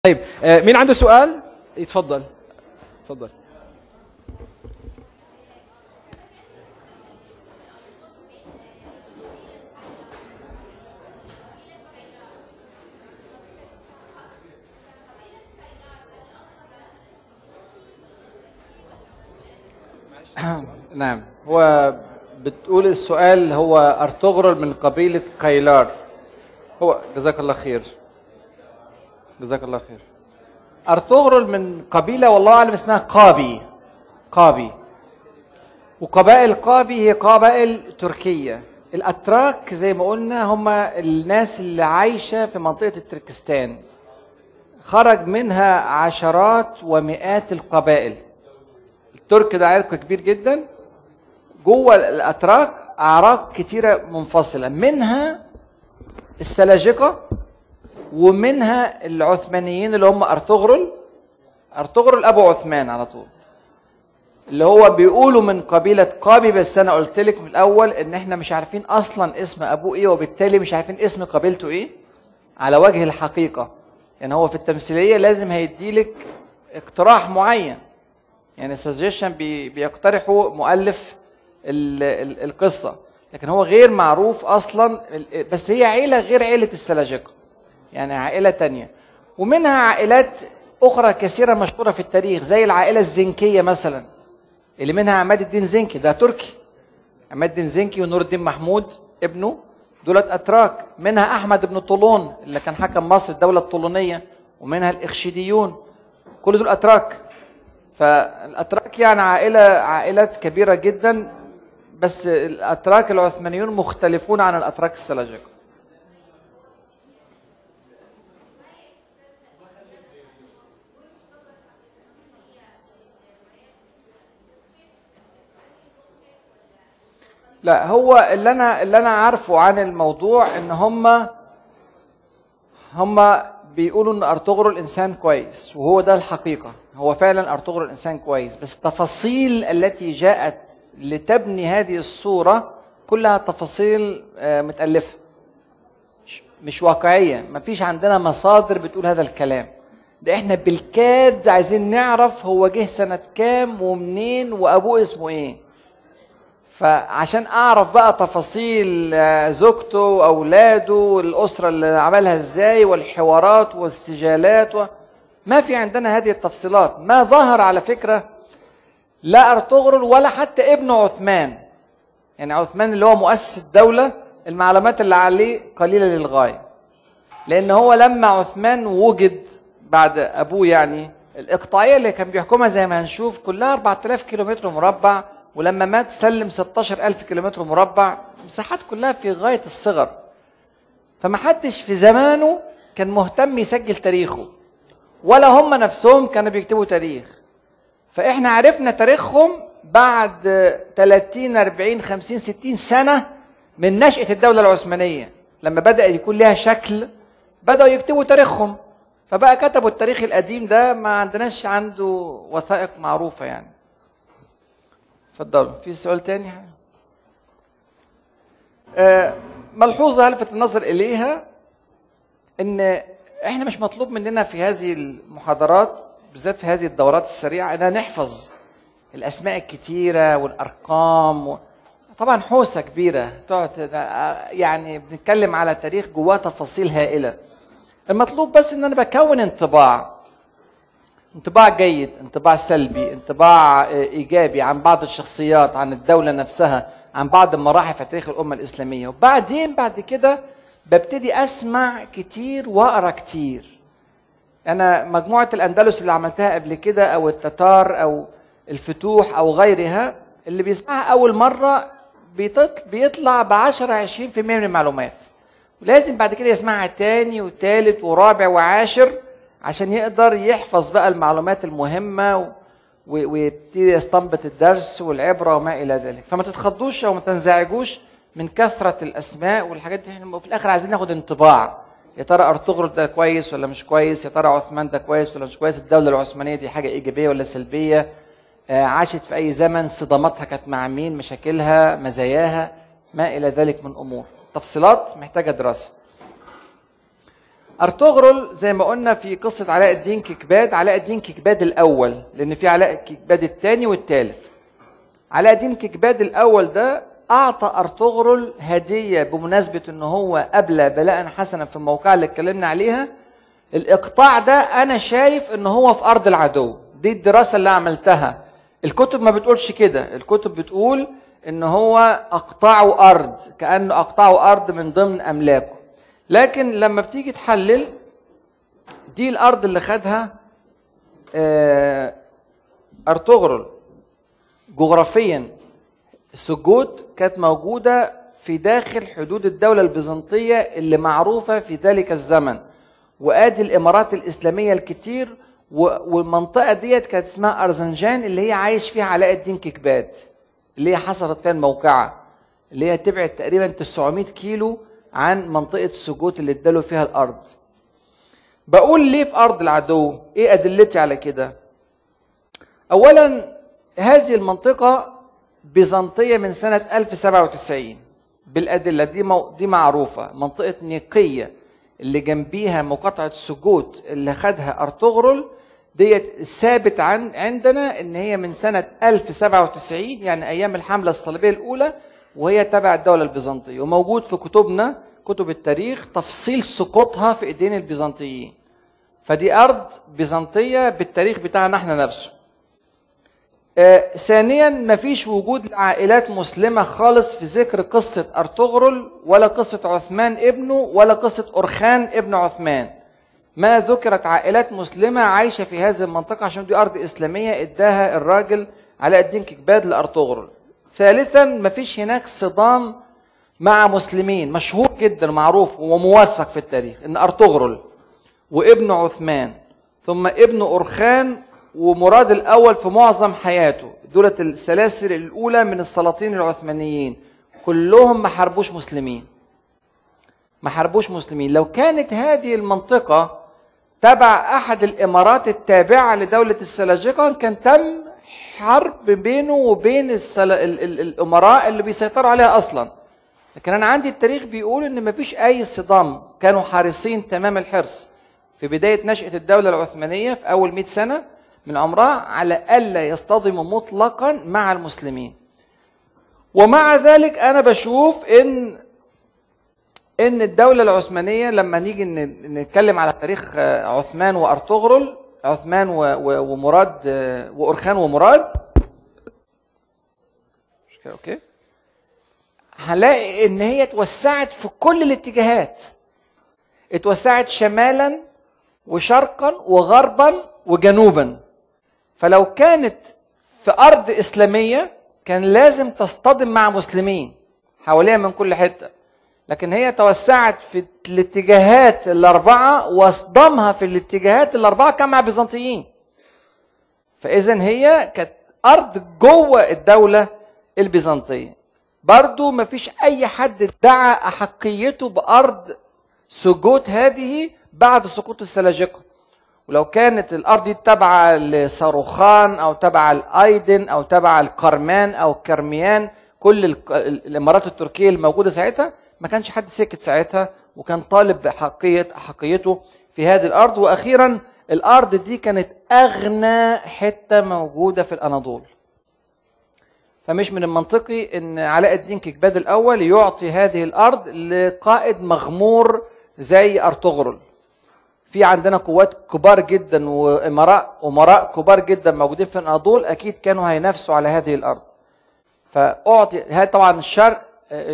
طيب مين عنده سؤال؟ يتفضل. تفضل. نعم، هو بتقول السؤال هو أرطغرل من قبيلة قيلار. هو جزاك الله خير، جزاك الله خير. أرطغرل من قبيلة والله أعلم اسمها قابي. وقبائل قابي هي قبائل تركية. الأتراك زي ما قلنا هم الناس اللي عايشة في منطقة التركستان، خرج منها عشرات ومئات القبائل. الترك ده عرق كبير جدا. جوه الأتراك أعراق كتيرة منفصلة، منها السلاجقة ومنها العثمانيين اللي هم أرطغرل أبو عثمان على طول، اللي هو بيقولوا من قبيلة قابي. بس أنا قلت لك من الأول إن إحنا مش عارفين أصلا اسم أبوه إيه، وبالتالي مش عارفين اسم قبيلته إيه على وجه الحقيقة. يعني هو في التمثيلية لازم هيديلك اقتراح معين، يعني سجيشن بيقترحوا مؤلف القصة، لكن هو غير معروف أصلا. بس هي عيلة غير عيلة السلاجقة، يعني عائلة تانية. ومنها عائلات أخرى كثيرة مشهورة في التاريخ، زي العائلة الزنكية مثلا، اللي منها عماد الدين زنكي، ده تركي. عماد الدين زنكي ونور الدين محمود ابنه دولت أتراك. منها أحمد بن طولون اللي كان حكم مصر الدولة الطولونية، ومنها الإخشيديون، كل دول أتراك. فالأتراك يعني عائلات كبيرة جدا، بس الأتراك العثمانيون مختلفون عن الأتراك السلاجقة. لا، هو اللي انا عارفه عن الموضوع ان هم بيقولوا ان ارطغرل انسان كويس، وهو ده الحقيقه. هو فعلا ارطغرل انسان كويس، بس التفاصيل التي جاءت لتبني هذه الصوره كلها تفاصيل متالفه، مش واقعيه. ما فيش عندنا مصادر بتقول هذا الكلام ده. احنا بالكاد عايزين نعرف هو جه سنه كام ومنين وابوه اسمه ايه. فعشان اعرف بقى تفاصيل زوجته واولاده والاسره اللي عملها ازاي والحوارات والسجالات ما في عندنا هذه التفصيلات. ما ظهر على فكره لا ارطغرل ولا حتى ابنه عثمان، يعني عثمان اللي هو مؤسس الدوله، المعلومات اللي عليه قليله للغايه. لان هو لما عثمان وجد بعد ابوه، يعني الاقطاعيه اللي كان بيحكمها زي ما هنشوف كلها 4000 كيلومتر مربع، ولما مات سلم 16,000 كيلومتر مربع، مساحات كلها في غاية الصغر. فما حدش في زمانه كان مهتم يسجل تاريخه، ولا هم نفسهم كانوا بيكتبوا تاريخ. فإحنا عرفنا تاريخهم بعد 30 40 50 60 سنة من نشأة الدولة العثمانية، لما بدأ يكون لها شكل بدأوا يكتبوا تاريخهم. فبقى كتبوا التاريخ القديم ده، ما عندناش عنده وثائق معروفة يعني. اتفضلوا. في سؤال تاني؟ ملحوظة هلفت النظر إليها، إن إحنا مش مطلوب مننا في هذه المحاضرات، بالذات في هذه الدورات السريعة، إننا نحفظ الأسماء الكتيرة والأرقام طبعا حوسة كبيرة تقعد، يعني بنتكلم على تاريخ جواه تفاصيل هائلة. المطلوب بس إن أنا بكون انطباع جيد، انطباع سلبي، انطباع ايجابي عن بعض الشخصيات، عن الدوله نفسها، عن بعض المراحل في تاريخ الامه الاسلاميه. وبعدين بعد كده ببتدي اسمع كتير واقرا كتير. انا مجموعه الاندلس اللي عملتها قبل كده، او التتار او الفتوح او غيرها، اللي بيسمعها اول مره بيطلع ب 10 20% من المعلومات، ولازم بعد كده يسمعها تاني وتالت ورابع وعاشر عشان يقدر يحفظ بقى المعلومات المهمة ويبتدي يستنبط الدرس والعبرة وما إلى ذلك. فما تتخضوش أو ما تنزعجوش من كثرة الأسماء والحاجات دي. احنا في الآخر عايزين ناخد انطباع، يا ترى أرطغرل ده كويس ولا مش كويس، يا ترى عثمان ده كويس ولا مش كويس، الدولة العثمانية دي حاجة إيجابية ولا سلبية، عاشت في أي زمن، صداماتها كانت مع مين، مشاكلها، مزاياها، ما إلى ذلك من أمور. تفصيلات محتاجة دراسة. ارطغرل زي ما قلنا في قصه علاء الدين كيكباد، علاء الدين كيكباد الاول، لان في علاء كيكباد الثاني والثالث. علاء الدين كيكباد الاول ده اعطى ارطغرل هديه بمناسبه ان هو ابلى بلاء حسنا في الموقعه اللي اتكلمنا عليها. الاقطاع ده انا شايف ان هو في ارض العدو، دي الدراسه اللي عملتها. الكتب ما بتقولش كده، الكتب بتقول ان هو اقطعوا ارض، كانه اقطعوا ارض من ضمن املاكه. لكن لما بتيجي تحلل، دي الارض اللي خدها ارطغرل جغرافيا. سجود كانت موجوده في داخل حدود الدوله البيزنطيه اللي معروفه في ذلك الزمن، وادي الامارات الاسلاميه الكتير، والمنطقه ديت كانت اسمها ارزنجان اللي هي عايش فيها علاء الدين كيكباد، اللي هي حصلت فيها الموقعه، اللي هي تبعد تقريبا 900 كيلو عن منطقه سجود اللي ادالوا فيها الارض. بقول ليه في ارض العدو؟ ايه ادلتي على كده؟ اولا هذه المنطقه بيزنطيه من سنه 1097 بالادله دي معروفه. منطقه نيقيه اللي جنبيها مقاطعه سجود اللي خدها ارطغرل ديت ثابت عندنا ان هي من سنه 1097، يعني ايام الحمله الصليبيه الاولى، وهي تبع الدوله البيزنطيه، وموجود في كتبنا كتب التاريخ تفصيل سقوطها في ايدين البيزنطيين. فدي ارض بيزنطيه بالتاريخ بتاعنا احنا نفسه. ثانيا مفيش وجود لعائلات مسلمه خالص في ذكر قصه ارطغرل ولا قصه عثمان ابنه ولا قصه أرخان ابن عثمان. ما ذكرت عائلات مسلمه عايشه في هذه المنطقه عشان دي ارض اسلاميه اداها الراجل علاء الدين كيكباد لارطغرل. ثالثا مفيش هناك صدام مع مسلمين، مشهور جدا ومعروف وموثق في التاريخ ان ارطغرل وابن عثمان ثم ابن أرخان ومراد الاول في معظم حياته، دولة السلاسل الاولى من السلاطين العثمانيين، كلهم ما حاربوش مسلمين. ما حاربوش مسلمين. لو كانت هذه المنطقة تبع احد الامارات التابعة لدولة السلاجقة كان تم حرب بينه وبين الامراء اللي بيسيطروا عليها اصلا. لكن انا عندي التاريخ بيقول ان ما فيش اي صدام، كانوا حريصين تمام الحرص في بداية نشأة الدولة العثمانية في اول 100 سنة من عمرها على الا يصطدموا مطلقا مع المسلمين. ومع ذلك انا بشوف ان الدولة العثمانية لما نيجي نتكلم على تاريخ عثمان وارطغرل، عثمان ومراد وأرخان ومراد، اوكي، هنلاقي ان هي اتوسعت في كل الاتجاهات، اتوسعت شمالا وشرقا وغربا وجنوبا. فلو كانت في ارض اسلاميه كان لازم تصطدم مع مسلمين حواليها من كل حته، لكن هي توسعت في الاتجاهات الاربعه واصطدامها في الاتجاهات الاربعه كان مع بيزنطيين. فاذا هي كانت ارض جوه الدوله البيزنطيه. برضو ما فيش اي حد ادعى احقيته بارض سجود هذه بعد سقوط السلاجقه. ولو كانت الارض دي تابعه لصاروخان او تبع الايدن او تبع الكرمان او الكرميان، كل الامارات التركيه الموجوده ساعتها، ما كانش حد سكت ساعتها وكان طالب بحقيته في هذه الارض. واخيرا الارض دي كانت اغنى حته موجوده في الاناضول. فمش من المنطقي ان علاء الدين كيكباد الاول يعطي هذه الارض لقائد مغمور زي ارطغرل. في عندنا قوات كبار جدا وامراء كبار جدا موجودين في الاناضول، اكيد كانوا هينافسوا على هذه الارض. فاعطي هذا طبعا الشرق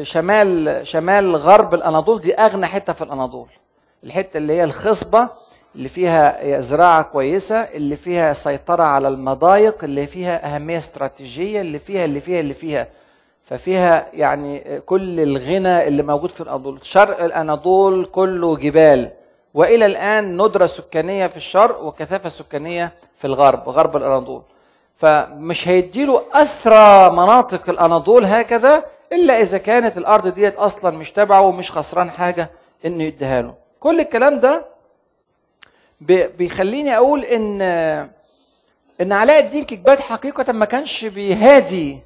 شمال غرب الاناضول، دي اغنى حته في الاناضول، الحته اللي هي الخصبه اللي فيها زراعه كويسه، اللي فيها سيطره على المضايق، اللي فيها اهميه استراتيجيه، اللي فيها ففيها يعني كل الغنى اللي موجود في الاناضول. شرق الاناضول كله جبال، والى الان ندره سكانيه في الشرق وكثافه سكانيه في غرب الاناضول. فمش هيديله اثرى مناطق الاناضول هكذا الا اذا كانت الارض ديت اصلا مش تبعه ومش خسران حاجه انه يديها له. كل الكلام ده بيخليني اقول ان علاء الدين كيكباد حقيقه ما كانش بيهادي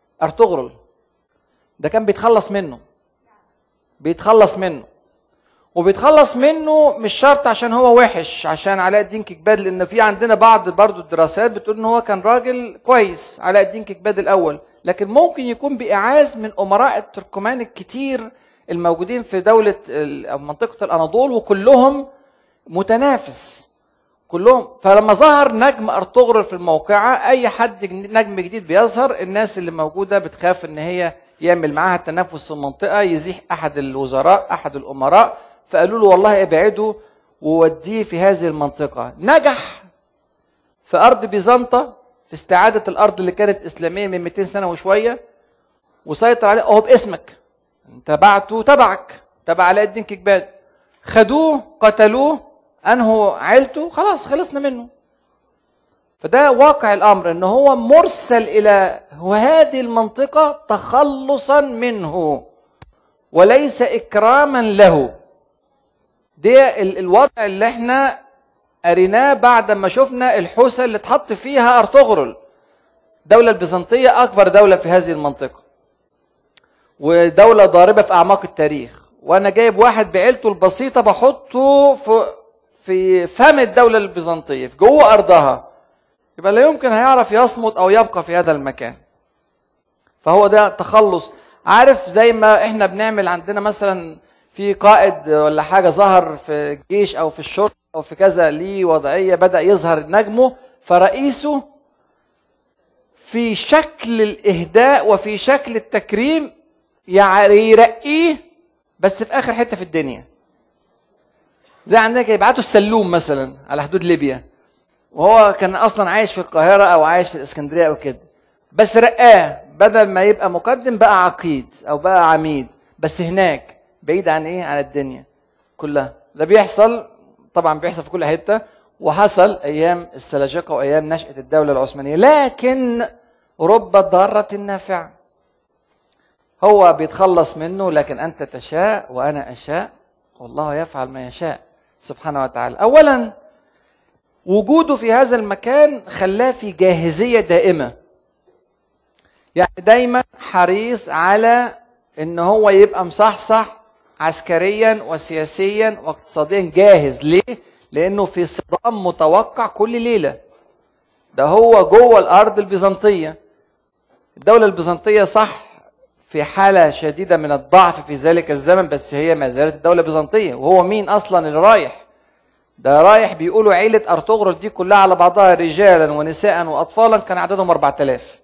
ارطغرل، ده كان بيتخلص منه. وبيتخلص منه مش شرط عشان هو وحش، عشان علاء الدين كيكباد، لان في عندنا بعض برضو الدراسات بتقول ان هو كان راجل كويس علاء الدين كيكباد الاول، لكن ممكن يكون باعاز من امراء التركمان الكتير الموجودين في دولة او منطقة الاناضول، وكلهم متنافس كلهم. فلما ظهر نجم ارطغرل في الموقعة، اي حد نجم جديد بيظهر الناس اللي موجودة بتخاف ان هي يعمل معاها التنافس في المنطقة، يزيح احد الوزراء احد الامراء، فقالوا له والله ابعده ووديه في هذه المنطقة. نجح في ارض بيزنطة في استعادة الارض اللي كانت اسلامية من 200 سنة وشوية، وسيطر عليه اهو باسمك، تبعته تبعك، تبع علاء الدين كيكباد. خدوه قتلوه انهوا عيلته، خلاص خلصنا منه. فده واقع الامر، ان هو مرسل الى هذه المنطقة تخلصا منه وليس اكراما له. ده الوضع اللي احنا قريناه بعد ما شفنا الحوسه اللي اتحط فيها ارطغرل. الدوله البيزنطيه اكبر دوله في هذه المنطقه، ودوله ضاربه في اعماق التاريخ، وانا جايب واحد بعيلته البسيطه بحطه في فم الدوله البيزنطيه في جوه ارضها، يبقى لا يمكن هيعرف يصمد او يبقى في هذا المكان. فهو ده تخلص. عارف زي ما احنا بنعمل عندنا مثلا في قائد ولا حاجه ظهر في الجيش او في الشرطه او في كذا ليه وضعيه بدا يظهر نجمه، فرئيسه في شكل الاهداء وفي شكل التكريم يرقيه بس في اخر حته في الدنيا. زي عندنا كده يبعتوا السلوم مثلا على حدود ليبيا، وهو كان اصلا عايش في القاهره او عايش في الاسكندريه او كده، بس رقاه بدل ما يبقى مقدم بقى عقيد او بقى عميد، بس هناك بعيد عن ايه؟ عن الدنيا كلها. ده بيحصل طبعا، بيحصل في كل حته، وحصل ايام السلاجقه وايام نشاه الدوله العثمانيه. لكن رب ضاره نافعه، هو بيتخلص منه، لكن انت تشاء وانا اشاء والله يفعل ما يشاء سبحانه وتعالى. اولا وجوده في هذا المكان خلاه في جاهزيه دائمه، يعني دايما حريص على ان هو يبقى مصحصح عسكريا وسياسيا واقتصاديا، جاهز. ليه؟ لانه في صدام متوقع كل ليله. ده هو جوه الارض البيزنطيه. الدوله البيزنطيه صح في حاله شديده من الضعف في ذلك الزمن، بس هي ما زالت الدوله البيزنطيه. وهو مين اصلا اللي رايح؟ ده رايح بيقولوا عيله ارطغرل دي كلها على بعضها رجالا ونساء واطفالا كان عددهم 4000.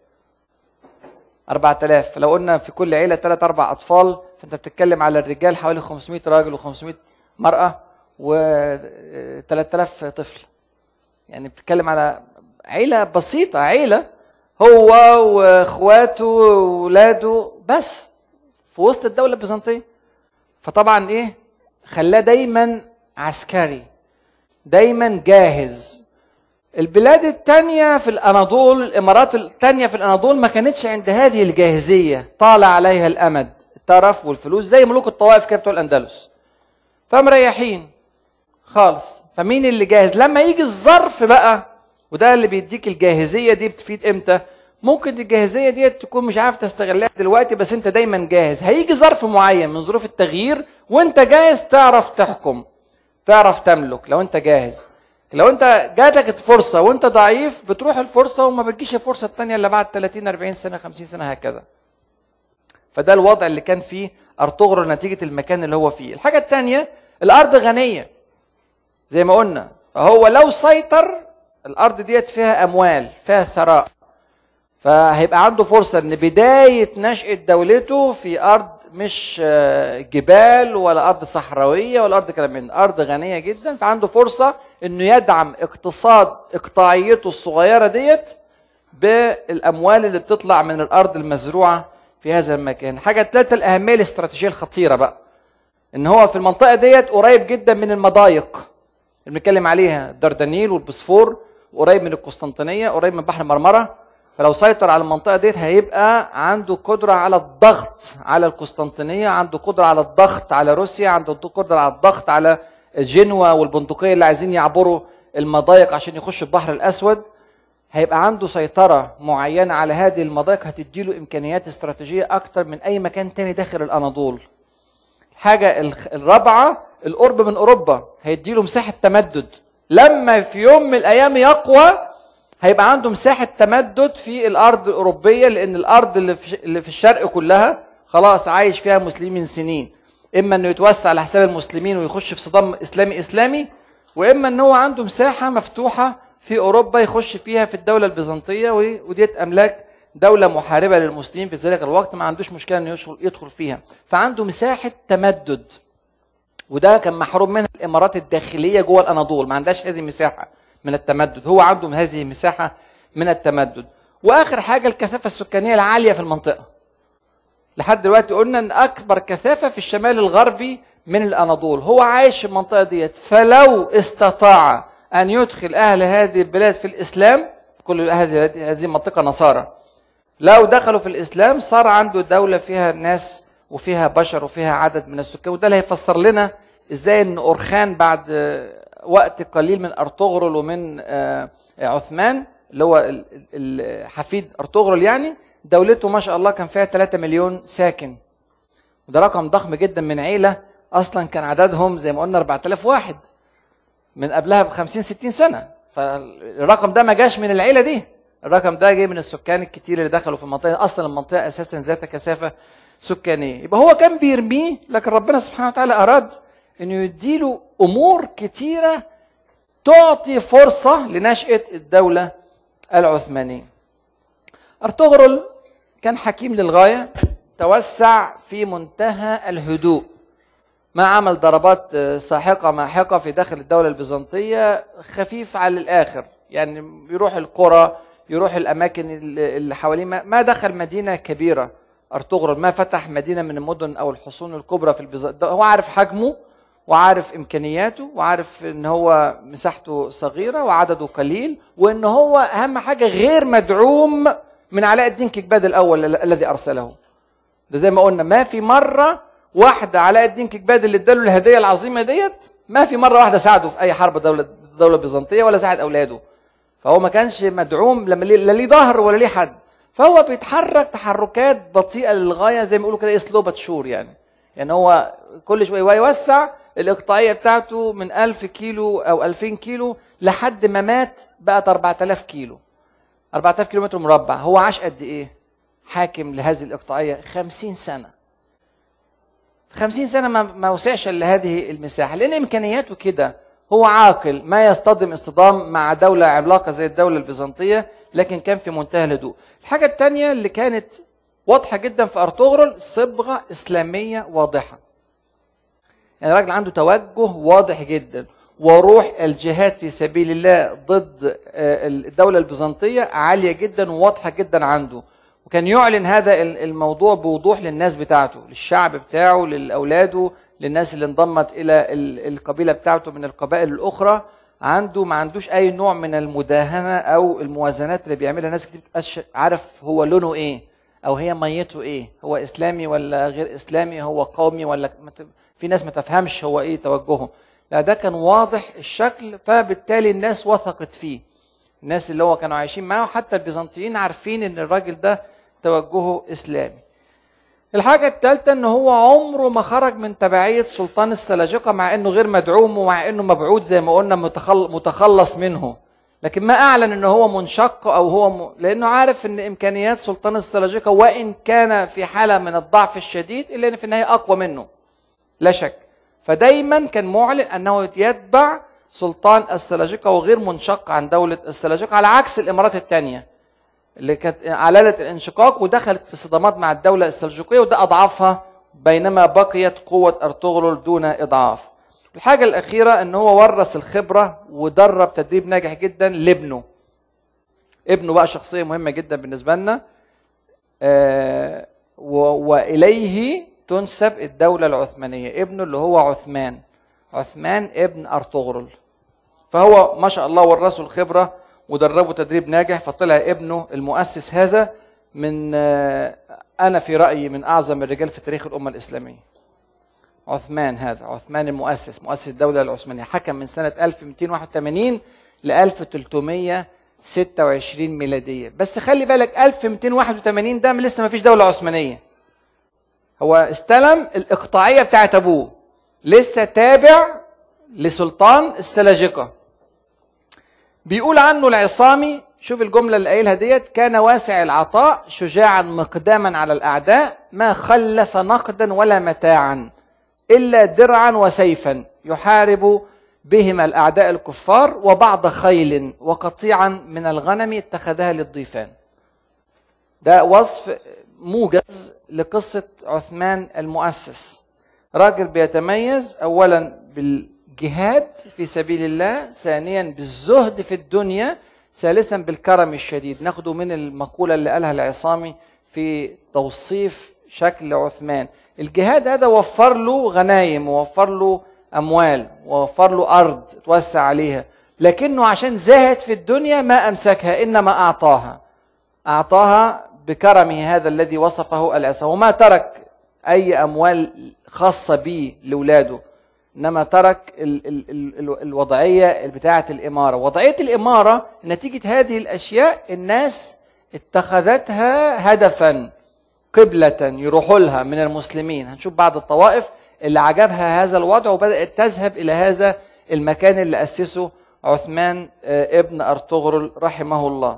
4000 لو قلنا في كل عيله 3 4 اطفال، فانت بتتكلم على الرجال حوالي 500 راجل و500 مراه و3000 طفل. يعني بتتكلم على عيله بسيطه، عيله هو واخواته واولاده بس في وسط الدوله البيزنطيه. فطبعا ايه خلاه دايما عسكري، دايما جاهز. البلاد التانية في الأناضول، الإمارات التانية في الأناضول ما كانتش عند هذه الجاهزية، طال عليها الأمد، الترف والفلوس زي ملوك الطوائف كده بتوع الأندلس، فمريحين خالص. فمين اللي جاهز؟ لما يجي الظرف بقى، وده اللي بيديك الجاهزية دي بتفيد إمتى؟ ممكن الجاهزية دي تكون مش عارف تستغلها دلوقتي، بس أنت دايما جاهز. هيجي ظرف معين من ظروف التغيير وأنت جاهز، تعرف تحكم، تعرف تملك لو أنت جاهز. لو انت جاتك الفرصه وانت ضعيف بتروح الفرصه وما بتجيش الفرصه الثانيه الا بعد 30 40 سنه 50 سنه هكذا. فده الوضع اللي كان فيه ارطغرل نتيجه المكان اللي هو فيه. الحاجه الثانيه الارض غنيه زي ما قلنا، فهو لو سيطر الارض ديت فيها اموال فيها ثراء، فهيبقى عنده فرصه ان بدايه نشاه دولته في ارض مش جبال ولا ارض صحراويه ولا ارض كلام من، ارض غنيه جدا، فعنده فرصه انه يدعم اقتصاد اقطاعيته الصغيره ديت بالاموال اللي بتطلع من الارض المزروعه في هذا المكان. الحاجه الثالثه الاهميه الاستراتيجيه الخطيره بقى، ان هو في المنطقه ديت قريب جدا من المضايق اللي بنتكلم عليها، الدردنيل والبوسفور، وقريب من القسطنطينيه، قريب من بحر مرمره. فلو سيطر على المنطقه ديت هيبقى عنده قدره على الضغط على القسطنطينيه، عنده قدره على الضغط على روسيا، عنده قدره على الضغط على جنوة والبندقيه اللي عايزين يعبروا المضايق عشان يخشوا البحر الاسود. هيبقى عنده سيطره معينه على هذه المضايق هتديله امكانيات استراتيجيه اكتر من اي مكان تاني داخل الاناضول. الحاجة الرابعة القرب من أوروبا هيديله مساحة تمدد. لما في يوم من الأيام يقوى هيبقى عنده مساحة تمدد في الأرض الأوروبية، لأن الأرض اللي في الشرق كلها خلاص عايش فيها مسلمين سنين. إما إنه يتوسع على حساب المسلمين ويخش في صدام إسلامي، وإما إن هو عنده مساحة مفتوحة في أوروبا يخش فيها في الدولة البيزنطية، وديت أملاك دولة محاربة للمسلمين في ذلك الوقت، ما عندوش مشكلة إنه يدخل فيها، فعنده مساحة تمدد. وده كان محروم منها الإمارات الداخلية جوه الأناضول، ما عندهاش هذه المساحة من التمدد، هو عنده هذه المساحة من التمدد. وآخر حاجة الكثافة السكانية العالية في المنطقة. لحد دلوقتي قلنا إن أكبر كثافة في الشمال الغربي من الأناضول، هو عايش في المنطقة ديت، فلو استطاع أن يدخل أهل هذه البلاد في الإسلام، كل هذه المنطقة نصارى، لو دخلوا في الإسلام صار عنده دولة فيها ناس وفيها بشر وفيها عدد من السكان. وده اللي هيفسر لنا إزاي إن أورخان بعد وقت قليل من أرطغرل ومن عثمان اللي هو حفيد أرطغرل، يعني دولته ما شاء الله كان فيها 3 مليون ساكن، وده رقم ضخم جدا من عيلة أصلا كان عددهم زي ما قلنا 4000 واحد من قبلها ب50 60 سنة. فالرقم ده ما جاش من العيلة دي، الرقم ده جاي من السكان الكتير اللي دخلوا في المنطقة. أصلا المنطقة أساسا ذات كثافة سكانية. يبقى هو كان بيرميه، لكن ربنا سبحانه وتعالى أراد إنه يديله أمور كتيرة تعطي فرصة لنشأة الدولة العثمانية. أرطغرل كان حكيم للغاية، توسع في منتهى الهدوء، ما عمل ضربات ساحقة ماحقة في داخل الدولة البيزنطية، خفيف على الآخر، يعني يروح القرى يروح الأماكن اللي حواليه، ما دخل مدينة كبيرة. أرطغرل ما فتح مدينة من المدن أو الحصون الكبرى في البيزنطية، هو عارف حجمه وعارف إمكانياته وعارف إن هو مساحته صغيرة وعدده قليل، وإن هو أهم حاجة غير مدعوم من علاء الدين كيكباد الأول الذي أرسله. ده زي ما قلنا ما في مرة واحدة علاء الدين كيكباد اللي اداله الهدية العظيمة ديت ما في مرة واحدة ساعده في أي حرب دولة بيزنطية ولا ساعد أولاده. فهو ما كانش مدعوم، لما لا ليه ظهر ولا ليه حد، فهو بيتحرك تحركات بطيئة للغاية زي ما يقولوا كده سلو بات شور، يعني هو كل شوية يوسع الإقطاعية بتاعته من 1000 كيلو أو 2000 كيلو لحد ما مات بقت 4000 كيلو، 4000 كيلومتر مربع. هو عاش قد إيه حاكم لهذه الإقطاعية؟ 50 سنة. 50 سنة ما وسعش لهذه المساحة، لأن إمكانياته كده. هو عاقل، ما يصطدم اصطدام مع دولة عملاقة زي الدولة البيزنطية، لكن كان في منتهى الهدوء. الحاجة الثانية اللي كانت واضحة جدا في أرطغرل صبغة إسلامية واضحة، يعني الراجل عنده توجه واضح جدا، وروح الجهاد في سبيل الله ضد الدولة البيزنطية عالية جدا وواضحة جدا عنده. وكان يعلن هذا الموضوع بوضوح للناس بتاعته، للشعب بتاعه، للأولاده، للناس اللي انضمت إلى القبيلة بتاعته من القبائل الأخرى. ما عندوش أي نوع من المداهنة أو الموازنات اللي بيعملها ناس كتير بتبقاش عارف هو لونه إيه أو هي ميته إيه، هو إسلامي ولا غير إسلامي، هو قومي ولا في ناس ما تفهمش هو إيه توجهه. لا، ده كان واضح الشكل، فبالتالي الناس وثقت فيه. الناس اللي هو كانوا عايشين معه حتى البيزنطيين عارفين إن الراجل ده توجهه إسلامي. الحاجة الثالثة إن هو عمره ما خرج من تبعية سلطان السلاجقة، مع إنه غير مدعوم ومع إنه مبعوث زي ما قلنا متخلص منه، لكن ما أعلن إنه هو منشق أو هو لأنه عارف إن إمكانيات سلطان السلاجقة وإن كان في حالة من الضعف الشديد إلا إن في النهاية أقوى منه لا شك. فدايما كان معلن أنه يتبع سلطان السلاجقة وغير منشق عن دولة السلاجقة، على عكس الإمارات الثانية اللي كانت علالة الانشقاق ودخلت في صدامات مع الدولة السلجوقية وده أضعفها، بينما بقيت قوة أرطغرل دون إضعاف. الحاجة الأخيرة أنه هو ورث الخبرة ودرب تدريب ناجح جدا لابنه. ابنه بقى شخصية مهمة جدا بالنسبة لنا، وإليه تنسب الدولة العثمانية. ابنه اللي هو عثمان ابن أرطغرل، فهو ما شاء الله ورثه الخبرة ودربه تدريب ناجح، فطلع ابنه المؤسس هذا من أنا في رأيي من أعظم الرجال في تاريخ الأمة الإسلامية. عثمان المؤسس، مؤسس الدولة العثمانية، حكم من سنة 1281 ل 1326 ميلادية. بس خلي بالك 1281 ده لسه ما فيش دولة عثمانية، هو استلم الإقطاعية بتاعت أبوه، لسه تابع لسلطان السلاجقة. بيقول عنه العصامي، شوف الجملة اللي قايلها ديت: كان واسع العطاء، شجاعا مقداما على الأعداء، ما خلف نقدا ولا متاعا إلا درعا وسيفا يحارب بهما الأعداء الكفار، وبعض خيل وقطيعا من الغنم اتخذها للضيفان. ده وصف موجز لقصة عثمان المؤسس. راجل بيتميز أولا بالجهاد في سبيل الله، ثانيا بالزهد في الدنيا، ثالثا بالكرم الشديد. ناخده من المقولة اللي قالها العصامي في توصيف شكل عثمان. الجهاد هذا وفر له غنايم، ووفر له أموال، ووفر له أرض توسع عليها، لكنه عشان زاهد في الدنيا ما أمسكها، إنما أعطاها بكرمه هذا الذي وصفه العصامي. وما ترك أي أموال خاصة به لأولاده، إنما ترك الوضعية بتاعة الإمارة. وضعية الإمارة نتيجة هذه الأشياء الناس اتخذتها هدفا، قبلة يروحوا لها من المسلمين. هنشوف بعض الطوائف اللي عجبها هذا الوضع وبدأت تذهب إلى هذا المكان اللي أسسه عثمان ابن أرطغرل رحمه الله.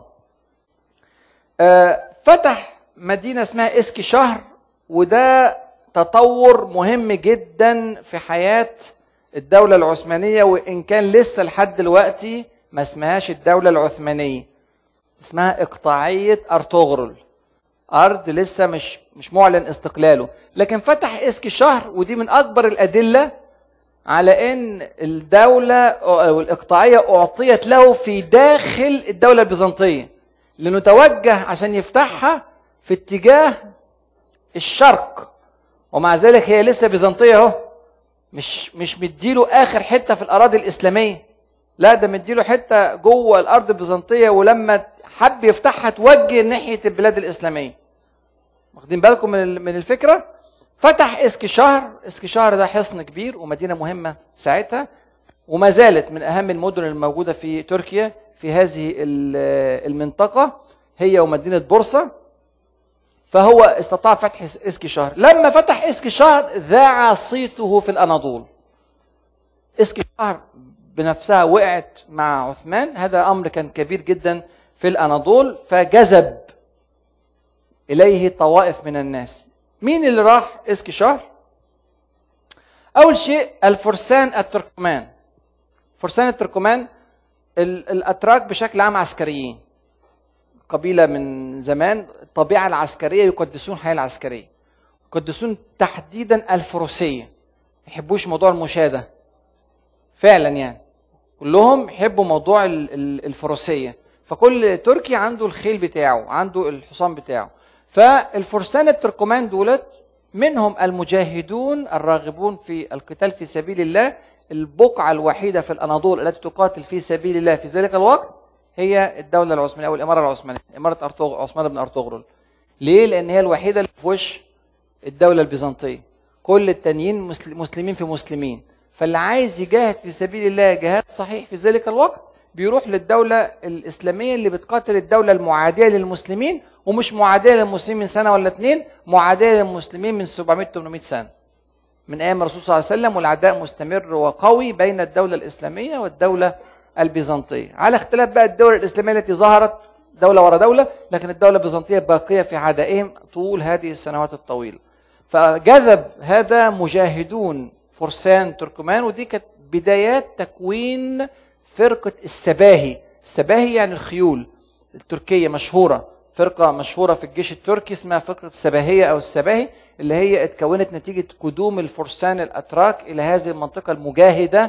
فتح مدينة اسمها اسكي شهر، وده تطور مهم جدا في حياة الدولة العثمانية، وإن كان لسه لحد دلوقتي ما اسمهاش الدولة العثمانية، اسمها إقطاعية أرطغرل. أرض لسه مش معلن استقلاله، لكن فتح اسكي شهر، ودي من أكبر الأدلة على أن الدولة أو الإقطاعية أعطيت له في داخل الدولة البيزنطية، لأنه توجه عشان يفتحها في اتجاه الشرق، ومع ذلك هي لسه بيزنطية اهو، مش مديله آخر حتة في الأراضي الإسلامية، لا ده مديله حتة جوه الأرض البيزنطية، ولما حب يفتحها توجه ناحية البلاد الإسلامية. واخدين بالكم من الفكرة؟ فتح اسكي شهر. اسكي شهر ده حصن كبير ومدينة مهمة ساعتها، وما زالت من أهم المدن الموجودة في تركيا في هذه المنطقة، هي ومدينة بورصة. فهو استطاع فتح اسكي شهر. لما فتح اسكي شهر ذاع صيته في الأناضول. اسكي شهر بنفسها وقعت مع عثمان، هذا أمر كان كبير جدا في الأناضول، فجذب إليه طوائف من الناس. مين اللي راح اسكي شهر؟ أول شيء الفرسان التركمان. فرسان التركمان الأتراك بشكل عام عسكريين، قبيلة من زمان، الطبيعة العسكرية، يقدسون الحياة العسكرية، يقدسون تحديدا الفروسية، ما يحبوش موضوع المشاة فعلا، يعني كلهم يحبوا موضوع الفروسية. فكل تركي عنده الخيل بتاعه، عنده الحصان بتاعه. فالفرسان التركمان دولت منهم المجاهدون الراغبون في القتال في سبيل الله. البقعة الوحيدة في الأناضول التي تقاتل في سبيل الله في ذلك الوقت هي الدولة العثمانية أو الإمارة العثمانية، إمارة عثمان بن أرطغرل. ليه؟ لأن هي الوحيدة اللي في وش الدولة البيزنطية، كل التانيين مسلمين في مسلمين. فاللي عايز يجاهد في سبيل الله جهاد صحيح في ذلك الوقت بيروح للدولة الإسلامية اللي بتقاتل الدولة المعادية للمسلمين، ومش معادية للمسلمين من سنة ولا اتنين، معادية للمسلمين من 700-800 سنة، من أيام الرسول صلى الله عليه وسلم، والعداء مستمر وقوي بين الدولة الإسلامية والدولة البيزنطية، على اختلاف بقى الدول الإسلامية التي ظهرت دولة ورا دولة، لكن الدولة البيزنطية باقية في عدائهم طول هذه السنوات الطويلة. فجذب هذا مجاهدون فرسان تركمان، ودي كانت بدايات تكوين فرقة السباهي. السباهي يعني الخيول التركية، مشهورة، فرقة مشهورة في الجيش التركي اسمها فرقة السباهية أو السباهي، اللي هي اتكونت نتيجة قدوم الفرسان الأتراك إلى هذه المنطقة المجاهدة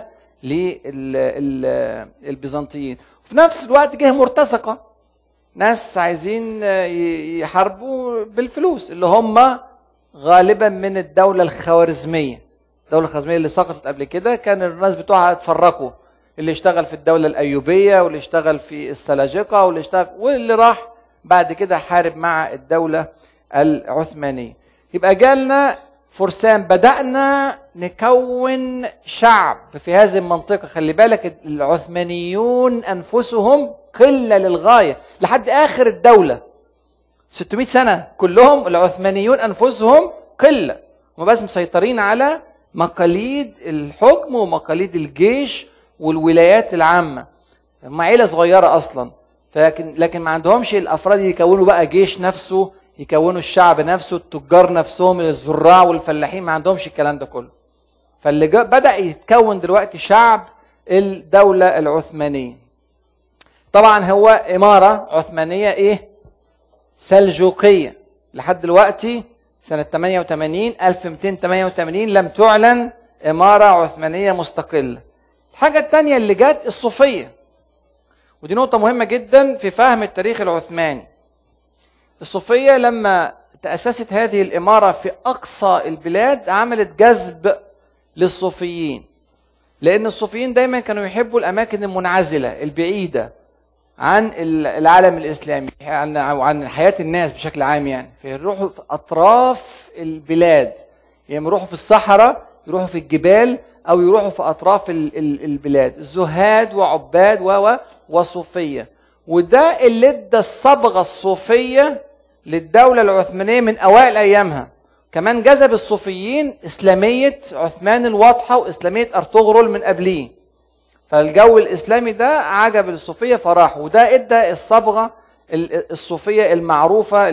للبيزنطيين. وفي نفس الوقت جه مرتزقة، ناس عايزين يحاربوا بالفلوس، اللي هم غالبا من الدولة الخوارزمية. الدولة الخوارزمية اللي سقطت قبل كده كان الناس بتوعها اتفرقوا، اللي اشتغل في الدولة الأيوبية، واللي اشتغل في السلاجقة، واللي راح بعد كده حارب مع الدولة العثمانية. يبقى جالنا فرسان، بدأنا نكون شعب في هذه المنطقة. خلي بالك العثمانيون أنفسهم قلة للغاية لحد آخر الدولة 600 سنة، كلهم العثمانيون أنفسهم قلة، هم بس مسيطرين على مقاليد الحكم ومقاليد الجيش والولايات العامة. هم عيلة صغيرة أصلا، لكن ما عندهمش الأفراد يكونوا بقى جيش نفسه، يكونوا الشعب نفسه، التجار نفسهم، الزراع والفلاحين، ما عندهمش الكلام ده كله. فاللي بدأ يتكون دلوقتي شعب الدولة العثمانية. طبعا هو إمارة عثمانية إيه؟ سلجوقية. لحد دلوقتي سنة 88 1288 لم تعلن إمارة عثمانية مستقلة. الحاجة الثانية اللي جت الصوفية، ودي نقطة مهمة جدا في فهم التاريخ العثماني. الصوفية لما تأسست هذه الإمارة في أقصى البلاد عملت جذب للصوفيين، لأن الصوفيين دايما كانوا يحبوا الأماكن المنعزلة البعيدة عن العالم الإسلامي، عن حياة الناس بشكل عام. يعني فيروحوا في أطراف البلاد، يعني يروحوا في الصحراء، يروحوا في الجبال، أو يروحوا في أطراف البلاد، زهاد وعباد وصوفية. وده اللي ادى الصبغة الصوفية للدولة العثمانية من أوائل أيامها. كمان جذب الصوفيين إسلامية عثمان الواضحة وإسلامية أرطغرل من قبليه، فالجو الإسلامي ده عجب الصوفية فراح، وده ادى الصبغة الصوفية المعروفة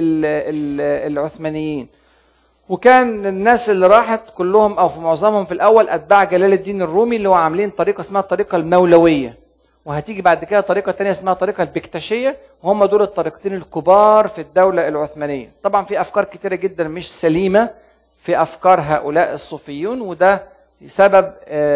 للعثمانيين. وكان الناس اللي راحت كلهم أو في معظمهم في الأول أتباع جلال الدين الرومي، اللي هو عاملين طريقة اسمها الطريقة المولوية، وهتيجي بعد كده طريقة تانية اسمها الطريقة البكتشية، وهم دول الطريقتين الكبار في الدولة العثمانية. طبعا في أفكار كتيرة جدا مش سليمة في أفكار هؤلاء الصوفيون، وده سبب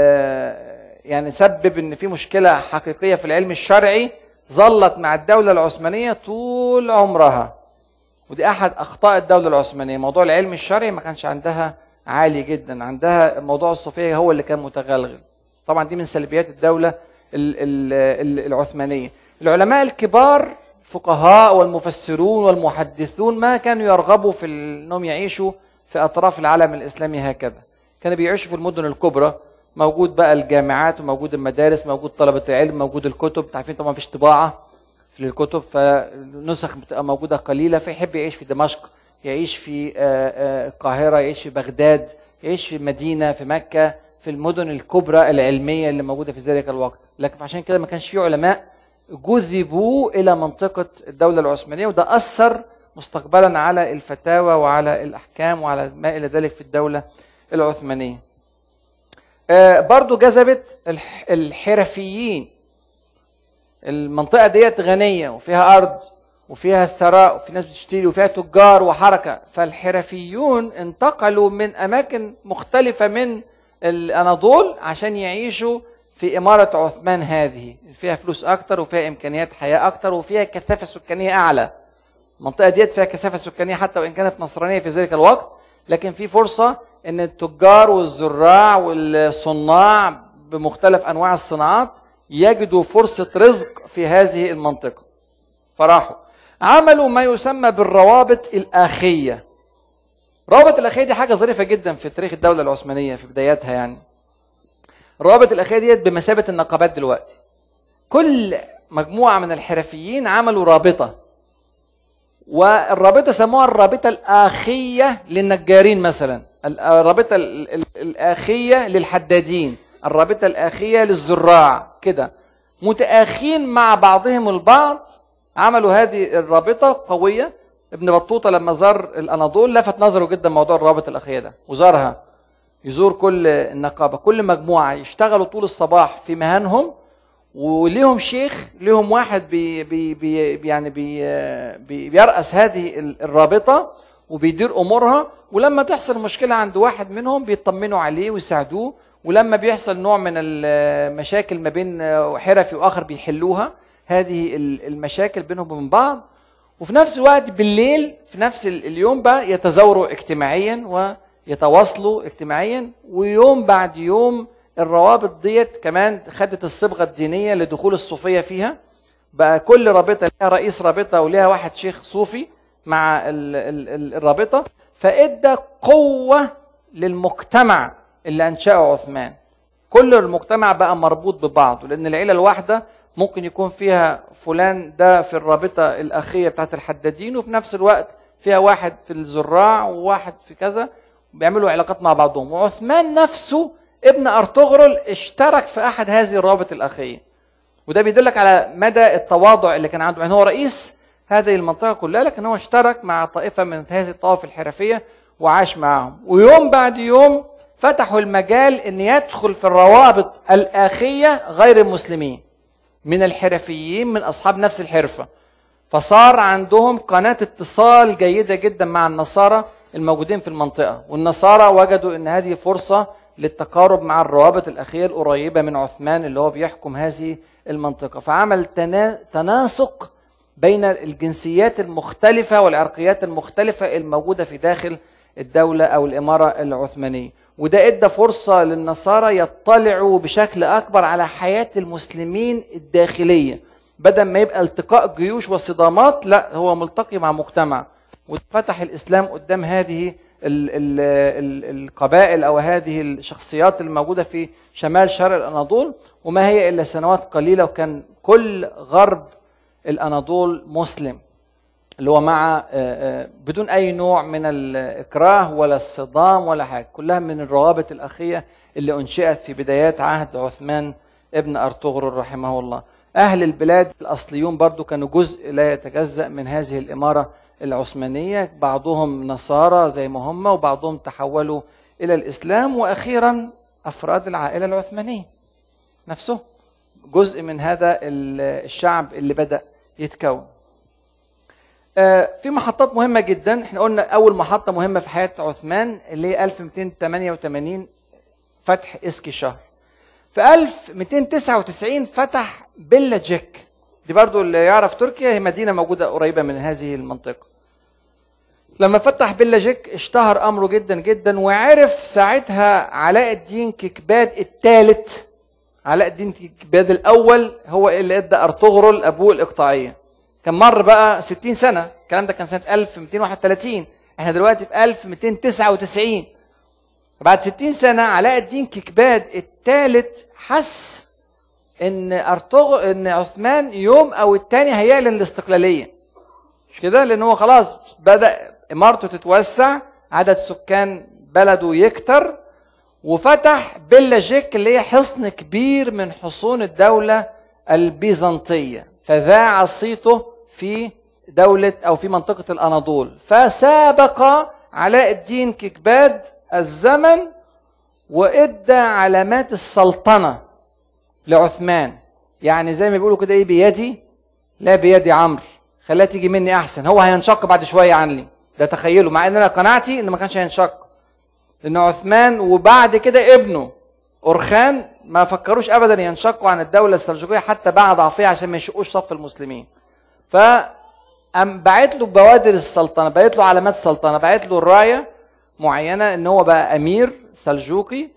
يعني سبب ان في مشكلة حقيقية في العلم الشرعي ظلت مع الدولة العثمانية طول عمرها. ودي احد اخطاء الدولة العثمانية، موضوع العلم الشرعي ما كانش عندها عالي جدا، عندها موضوع الصوفية هو اللي كان متغلغل. طبعا دي من سلبيات الدولة العثمانية. العلماء الكبار الفقهاء والمفسرون والمحدثون ما كانوا يرغبوا في انهم يعيشوا في اطراف العالم الاسلامي هكذا، كانوا بيعيشوا في المدن الكبرى، موجود بقى الجامعات وموجود المدارس، موجود طلبة العلم، موجود الكتب. عارفين طبعا مفيش طباعة في الكتب، فالنسخ بتبقى موجودة قليلة، فيحب يعيش في دمشق، يعيش في القاهرة، يعيش في بغداد، يعيش في مدينة، في مكة، في المدن الكبرى العلمية اللي موجودة في ذلك الوقت. لكن عشان كده ما كانش فيه علماء جذبوا إلى منطقة الدولة العثمانية، وده أثر مستقبلا على الفتاوى وعلى الأحكام وعلى ما إلى ذلك في الدولة العثمانية. برضو جذبت الحرفيين. المنطقة ديت غنية وفيها أرض وفيها الثراء وفي ناس بتشتري وفيها تجار وحركة، فالحرفيون انتقلوا من أماكن مختلفة من الأناضول عشان يعيشوا في إمارة عثمان هذه، فيها فلوس أكتر وفيها إمكانيات حياة أكتر وفيها كثافة سكانية أعلى. المنطقة ديت فيها كثافة سكانية حتى وإن كانت نصرانية في ذلك الوقت، لكن في فرصة ان التجار والزراع والصناع بمختلف انواع الصناعات يجدوا فرصة رزق في هذه المنطقة، فراحوا عملوا ما يسمى بالروابط الآخية. الروابط الآخية دي حاجة ظريفة جدا في تاريخ الدولة العثمانية في بداياتها. يعني الروابط الآخية ديت بمثابة النقابات دلوقتي. كل مجموعة من الحرفيين عملوا رابطة، والرابطة سموها الرابطة الآخية للنجارين مثلا، الرابطة الآخية للحدادين، الرابطة الآخية للزراع، كده متآخين مع بعضهم البعض. عملوا هذه الرابطة قوية. ابن بطوطة لما زار الأناضول لفت نظره جدا موضوع الرابطة الآخية ده، وزارها يزور كل النقابة، كل مجموعة يشتغلوا طول الصباح في مهنهم، وليهم شيخ، ليهم واحد بيرأس هذه الرابطة وبيدير أمورها، ولما تحصل مشكلة عند واحد منهم بيطمنوا عليه ويساعدوه، ولما بيحصل نوع من المشاكل ما بين حرفي وآخر بيحلوها هذه المشاكل بينهم وبين بعض. وفي نفس الوقت بالليل في نفس اليوم بقى يتزاوروا اجتماعيا ويتواصلوا اجتماعيا، ويوم بعد يوم الروابط ديت كمان خدت الصبغة الدينية لدخول الصوفية فيها. بقى كل رابطة لها رئيس رابطة ولها واحد شيخ صوفي مع الرابطة، فإدى قوة للمجتمع اللي أنشأه عثمان. كل المجتمع بقى مربوط ببعضه، لأن العيلة الواحدة ممكن يكون فيها فلان ده في الرابطة الأخية بتاعت الحدادين، وفي نفس الوقت فيها واحد في الزراع وواحد في كذا، بيعملوا علاقات مع بعضهم. وعثمان نفسه ابن أرطغرل اشترك في أحد هذه الروابط الأخية، وده بيدلك على مدى التواضع اللي كان عنده. يعني هو رئيس هذه المنطقة كلها، لكن هو اشترك مع طائفة من هذه الطوائف الحرفية وعاش معهم. ويوم بعد يوم فتحوا المجال ان يدخل في الروابط الآخية غير المسلمين من الحرفيين، من أصحاب نفس الحرفة. فصار عندهم قناة اتصال جيدة جدا مع النصارى الموجودين في المنطقة، والنصارى وجدوا ان هذه فرصة للتقارب مع الروابط الأخية القريبة من عثمان اللي هو بيحكم هذه المنطقة. فعمل تناسق بين الجنسيات المختلفة والعرقيات المختلفة الموجودة في داخل الدولة أو الإمارة العثمانية. وده ادى فرصة للنصارى يطلعوا بشكل أكبر على حياة المسلمين الداخلية، بدل ما يبقى التقاء جيوش وصدامات، لا هو ملتقي مع مجتمع. وفتح الإسلام قدام هذه القبائل أو هذه الشخصيات الموجودة في شمال شرق الأناضول، وما هي إلا سنوات قليلة وكان كل غرب الأناضول مسلم، اللي هو مع بدون أي نوع من الإكراه ولا الصدام ولا حاجة، كلها من الروابط الأخية اللي أنشئت في بدايات عهد عثمان ابن أرطغرل رحمه الله. أهل البلاد الأصليون برضو كانوا جزء لا يتجزأ من هذه الإمارة العثمانية، بعضهم نصارى زي ما هم، وبعضهم تحولوا إلى الإسلام، وأخيرا أفراد العائلة العثمانية نفسه جزء من هذا الشعب اللي بدأ يتكون. في محطات مهمة جدا. احنا قلنا أول محطة مهمة في حياة عثمان اللي هي 1288 فتح إسكيشهر. في 1299 فتح بيلاجيك، دي برضو اللي يعرف تركيا هي مدينة موجودة قريبة من هذه المنطقة. لما فتح بيلاجيك اشتهر أمره جدا جدا، وعرف ساعتها علاء الدين كيكباد الثالث. علاء الدين كيكباد الأول هو اللي ادى أرطغرل أبوه الإقطاعية. كان مر بقى 60 سنة، الكلام ده كان سنة 1231، احنا دلوقتي في 1299. بعد 60 سنة علاء الدين كيكباد الثالث حس ان عثمان يوم او الثاني هيعلن الاستقلالية، مش كده؟ لان هو خلاص بدأ امارته تتوسع، عدد سكان بلده يكتر، وفتح بيلاجيك اللي هي حصن كبير من حصون الدولة البيزنطية، فذاع صيته في دولة أو في منطقة الأناضول. فسابق علاء الدين كيكباد الزمن وإدى علامات السلطنة لعثمان. يعني زي ما بيقولوا كده إيه، بيدي لا بيدي عمرو، خليها تيجي مني أحسن، هو هينشق بعد شوية عني. ده تخيلوا، مع إن أنا قناعتي إنه ما كانش هينشق، لأن عثمان وبعد كده ابنه أورخان ما فكروش أبدا ينشقوا عن الدولة السلجوقية حتى بعد ضعفها عشان ما يشقوش صف المسلمين. بعت له بوادر السلطنة، بعت له علامات السلطنة، بعت له الراية معينة ان هو بقى امير سلجوقي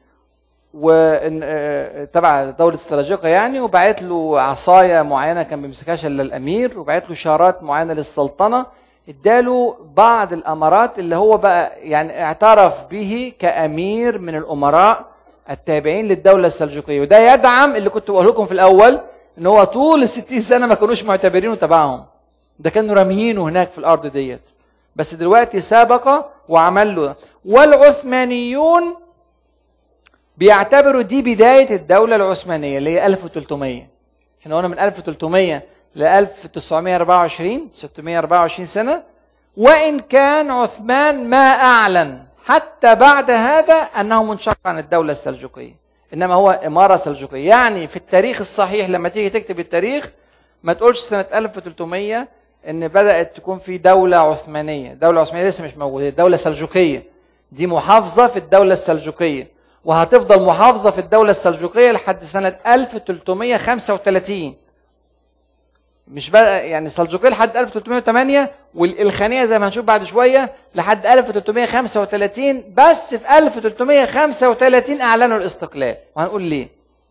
تبع دولة السلاجقة يعني، وبعت له عصاية معينة كان بيمسكهاش الا الامير، وبعت له شارات معينة للسلطنة، اداله بعض الامارات اللي هو بقى يعني اعترف به كامير من الامراء التابعين للدولة السلجوقية. وده يدعم اللي كنت بقول لكم في الاول، ان هو طول ال60 سنة ما كانوش معتبرينه تبعهم، ده كانوا راميينه هناك في الارض ديت، بس دلوقتي سابق وعمل له. والعثمانيون بيعتبروا دي بداية الدولة العثمانية اللي هي 1300. احنا قلنا من 1300 ل 1924 624 سنة. وإن كان عثمان ما أعلن حتى بعد هذا أنه منشق عن الدولة السلجوقية، إنما هو إمارة سلجوقية. يعني في التاريخ الصحيح لما تيجي تكتب التاريخ ما تقولش سنة 1300 إن بدأت تكون في دولة عثمانية. دولة عثمانية لسه مش موجودة، دولة سلجوقية، دي محافظة في الدولة السلجوقية، وهتفضل محافظة في الدولة السلجوقية لحد سنة 1335. مش بقى يعني السلجوقية لحد 1308، والإلخانية زي ما هنشوف بعد شوية لحد 1335. بس في 1335 أعلنوا الاستقلال، وهنقول ليه.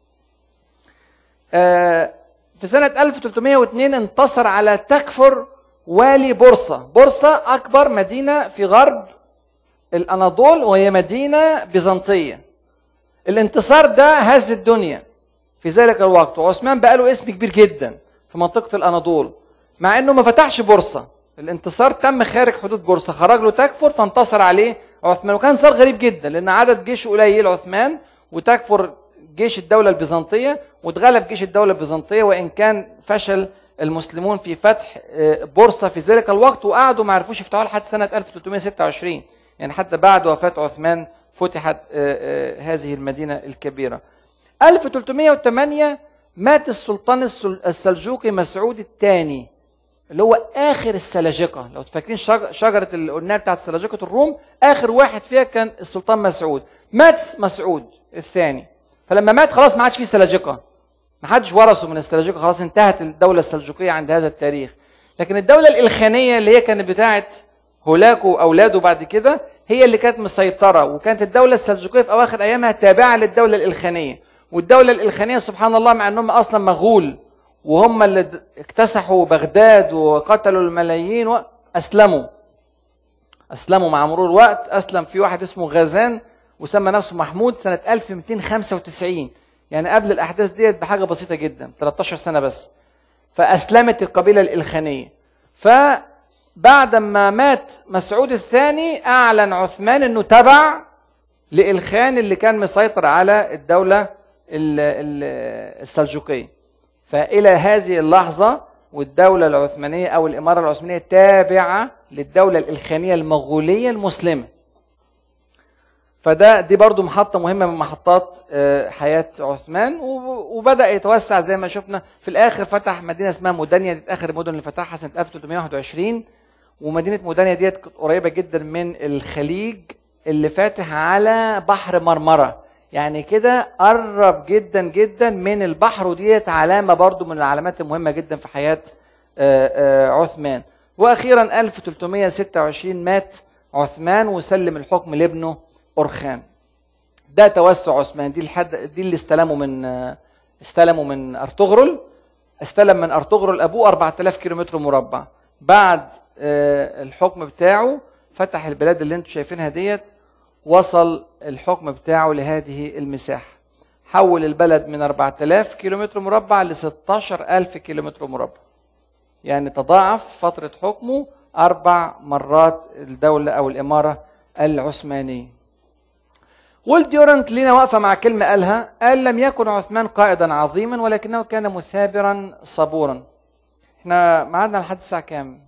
في سنة 1302 انتصر على تكفر والي بورصة. بورصة أكبر مدينة في غرب الأناضول، وهي مدينة بيزنطية. الانتصار ده هز الدنيا في ذلك الوقت، وعثمان بقى له اسم كبير جدا في منطقة الأناضول، مع أنه ما فتحش بورصة. الانتصار تم خارج حدود بورصة، خرج له تكفر فانتصر عليه عثمان. وكان صار غريب جدا لان عدد جيشه قليل عثمان، وتكفر جيش الدوله البيزنطيه، واتغلب جيش الدوله البيزنطيه، وان كان فشل المسلمون في فتح بورصه في ذلك الوقت، وقعدوا ما عرفوش يفتحوها لحد سنه 1326. يعني حتى بعد وفاه عثمان فتحت هذه المدينه الكبيره. 1308 مات السلطان السلجوقي مسعود الثاني، اللي هو اخر السلاجقه. لو تفكرين شجره اللي قلناها بتاعت سلاجقه الروم، اخر واحد فيها كان السلطان مسعود. مات مسعود الثاني، فلما مات خلاص ما عادش فيه سلاجقه، ما حدش ورثه من السلاجقه، خلاص انتهت الدوله السلجوقيه عند هذا التاريخ. لكن الدوله الالخانيه اللي هي كانت بتاعت هولاكو واولاده بعد كده هي اللي كانت مسيطره، وكانت الدوله السلجوقيه في اواخر ايامها تابعه للدوله الالخانيه. والدوله الالخانيه سبحان الله مع انهم اصلا مغول، وهم اللي اكتسحوا بغداد وقتلوا الملايين اسلموا مع مرور الوقت. اسلم في واحد اسمه غازان وسمى نفسه محمود سنه 1295، يعني قبل الاحداث ديت بحاجه بسيطه جدا، 13 سنه بس. فاسلمت القبيله الالخانيه. فبعد ما مات مسعود الثاني اعلن عثمان انه تبع لإلخان اللي كان مسيطر على الدوله السلجوقيه. فإلى هذه اللحظة والدولة العثمانية أو الإمارة العثمانية تابعة للدولة الإلخانية المغولية المسلمة. دي برضو محطة مهمة من محطات حياة عثمان، وبدأ يتوسع زي ما شفنا. في الآخر فتح مدينة اسمها مودانيا، دي آخر المدن اللي فتحها سنة 1321. ومدينة مودانيا ديت قريبة جدا من الخليج اللي فاتح على بحر مرمرة، يعني كده قرب جدا جدا من البحر، وديت علامة برضو من العلامات المهمة جدا في حياة عثمان. وأخيرا 1326 مات عثمان وسلم الحكم لابنه أورخان. ده توسع عثمان. دي اللي استلموا من أرطغرل. استلم من أرطغرل أبوه 4000 كيلومتر مربع. بعد الحكم بتاعه فتح البلاد اللي انتم شايفينها ديت، وصل الحكم بتاعه لهذه المساحة. حول البلد من 4000 كيلومتر مربع ل 16000 كيلومتر مربع، يعني تضاعف فترة حكمه 4 مرات الدولة أو الإمارة العثمانية. والديورنت لينا واقفة مع كلمة قال لم يكن عثمان قائدا عظيما ولكنه كان مثابرا صبورا. احنا معادنا لحد الساعة كام؟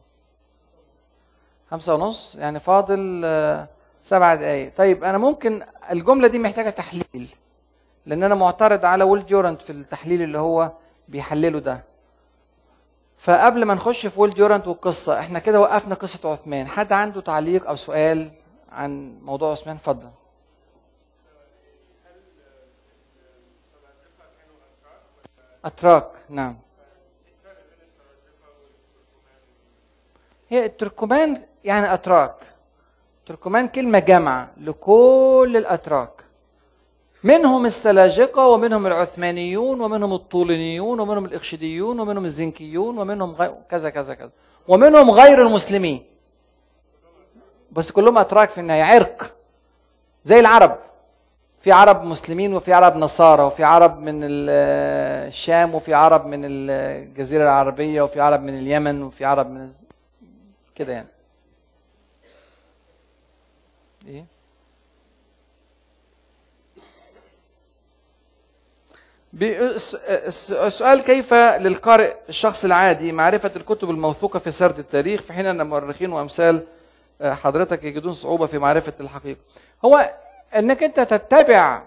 5:30، يعني فاضل 7 دقايق. طيب أنا ممكن الجملة دي محتاجة تحليل، لأن أنا معترض على ويل ديورنت في التحليل اللي هو بيحلله ده. فقبل ما نخش في ويل ديورنت والقصة، احنا كده وقفنا قصة عثمان. حد عنده تعليق أو سؤال عن موضوع عثمان؟ اتفضل. أتراك، نعم. هي التركمان يعني أتراك. تركمان كلمة جامعة لكل الأتراك، منهم السلاجقة ومنهم العثمانيون ومنهم الطولينيون ومنهم الإخشيديون ومنهم الزنكيون ومنهم كذا كذا كذا، ومنهم غير المسلمين، بس كلهم أتراك في النهاية. عرق زي العرب، في عرب مسلمين وفي عرب نصارى وفي عرب من الشام وفي عرب من الجزيرة العربية وفي عرب من اليمن وفي عرب من كده يعني. ايه السؤال: كيف للقارئ الشخص العادي معرفة الكتب الموثوقة في سرد التاريخ في حين أن المؤرخين وأمثال حضرتك يجدون صعوبة في معرفة الحقيقة؟ هو أنك أنت تتبع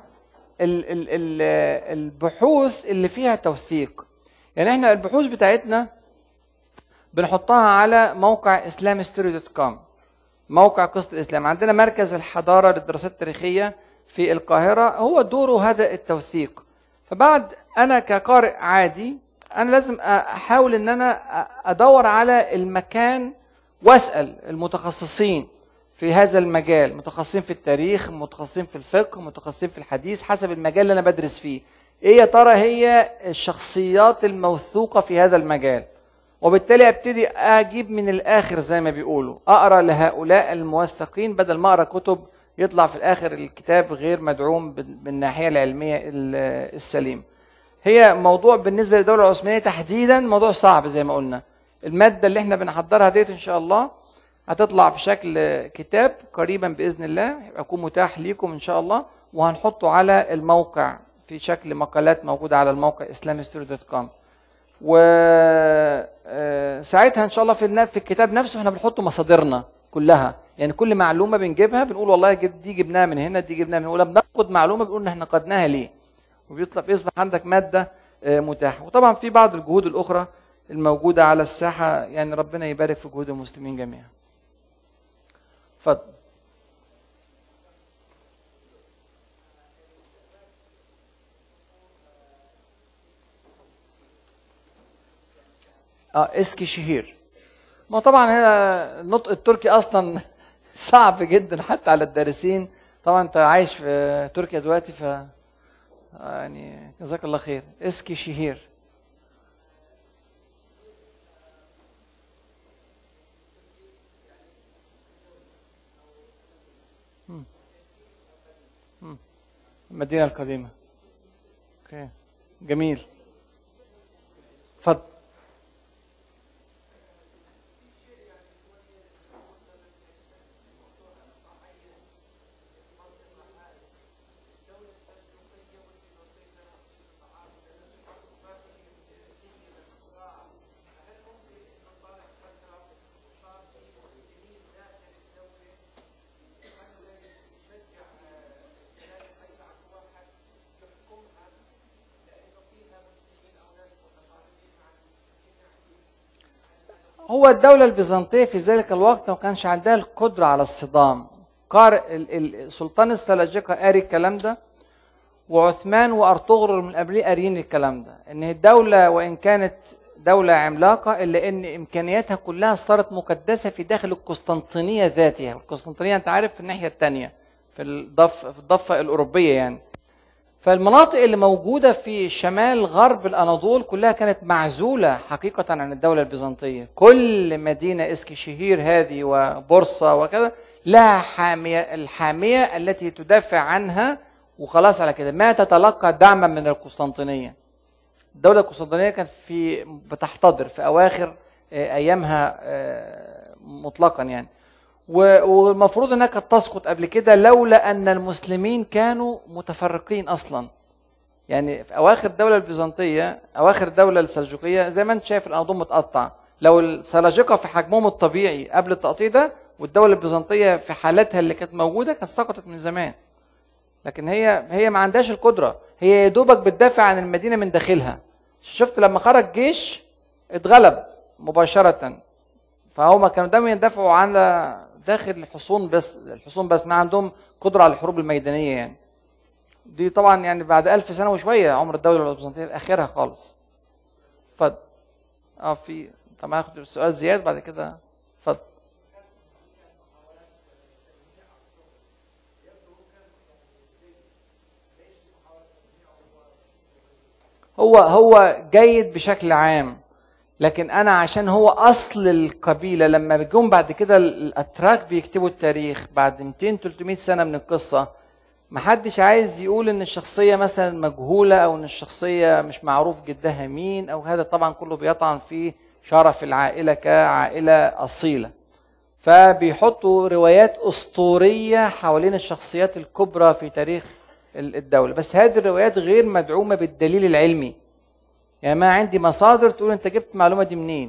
البحوث اللي فيها توثيق. يعني احنا البحوث بتاعتنا بنحطها على موقع islamhistory.com، موقع قصة الإسلام. عندنا مركز الحضارة للدراسات التاريخية في القاهرة، هو دوره هذا التوثيق. فبعد أنا كقارئ عادي أنا لازم أحاول أن أنا أدور على المكان وأسأل المتخصصين في هذا المجال، متخصصين في التاريخ، متخصصين في الفقه، متخصصين في الحديث، حسب المجال اللي أنا بدرس فيه. إيه يا ترى هي الشخصيات الموثوقة في هذا المجال؟ وبالتالي ابتدي اجيب من الاخر زي ما بيقولوا، اقرا لهؤلاء الموثقين بدل ما اقرا كتب يطلع في الاخر الكتاب غير مدعوم بالناحيه العلميه السليمه. هي موضوع بالنسبه للدوله العثمانيه تحديدا موضوع صعب زي ما قلنا. الماده اللي احنا بنحضرها ديت ان شاء الله هتطلع في شكل كتاب قريبا باذن الله، هيكون متاح ليكم ان شاء الله، وهنحطه على الموقع في شكل مقالات موجوده على الموقع islamhistory.com. وساعتها ان شاء الله في الكتاب نفسه احنا بنحط مصادرنا كلها، يعني كل معلومه بنجيبها بنقول والله دي جبناها من هنا، دي جبناها من هنا، ولما بناخد معلومه بنقول ان احنا نقدناها ليه، بيصبح عندك ماده متاحه. وطبعا في بعض الجهود الاخرى الموجوده على الساحه، يعني ربنا يبارك في جهود المسلمين جميعا. اتفضل. اسكي شهير. ما طبعا هي النطق التركي اصلا صعب جدا حتى على الدارسين. طبعا انت عايش في تركيا دلوقتي، ف يعني جزاك الله خير. اسكي شهير. المدينة القديمة. اوكي جميل. اتفضل. هو الدولة البيزنطية في ذلك الوقت ما كانش عندها القدرة على الصدام. السلطان السلاجقة قاري الكلام ده، وعثمان وأرطغرل من قبليه قاريين الكلام ده، إن الدولة وإن كانت دولة عملاقة إلا إن إمكانياتها كلها صارت مكدسة في داخل القسطنطينية ذاتها. والقسطنطينية أنت عارف في الناحية الثانية في الضفة الأوروبية يعني. فالمناطق اللي موجودة في شمال غرب الأناضول كلها كانت معزولة حقيقة عن الدولة البيزنطية. كل مدينة اسكشهير هذه وبورصة وكذا لها حامية، الحامية التي تدافع عنها وخلاص على كده، ما تتلقى دعما من القسطنطينية. الدولة القسطنطينية كانت بتحتضر في أواخر أيامها مطلقا يعني، والمفروض انها كانت تسقط قبل كده لولا ان المسلمين كانوا متفرقين اصلا. يعني في اواخر الدوله البيزنطيه، اواخر الدوله السلجوقيه، زي ما انت شايف الاناضول متقطع. لو السلاجقه في حجمهم الطبيعي قبل التقطيع ده والدوله البيزنطيه في حالتها اللي كانت موجوده كانت سقطت من زمان. لكن هي ما عندهاش القدره، هي يا دوبك بتدافع عن المدينه من داخلها. شفت لما خرج جيش اتغلب مباشره، فهم كانوا دايما يدافعوا عن داخل الحصون بس ما عندهم قدره على الحروب الميدانيه يعني. دي طبعا يعني بعد 1000 سنه وشويه عمر الدوله البيزنطيه اخرها خالص. اتفضل. في طبعا هاخد السؤال زياد بعد كده. اتفضل. هو جيد بشكل عام، لكن انا عشان هو اصل القبيله لما بيجون بعد كده الاتراك بيكتبوا التاريخ بعد 200 300 سنه من القصه، محدش عايز يقول ان الشخصيه مثلا مجهوله او ان الشخصيه مش معروف جدها مين او هذا. طبعا كله بيطعن في شرف العائله كعائله اصيله، فبيحطوا روايات اسطوريه حوالين الشخصيات الكبرى في تاريخ الدوله، بس هذه الروايات غير مدعومه بالدليل العلمي. يعني ما عندي مصادر تقول انت جبت المعلومه دي منين.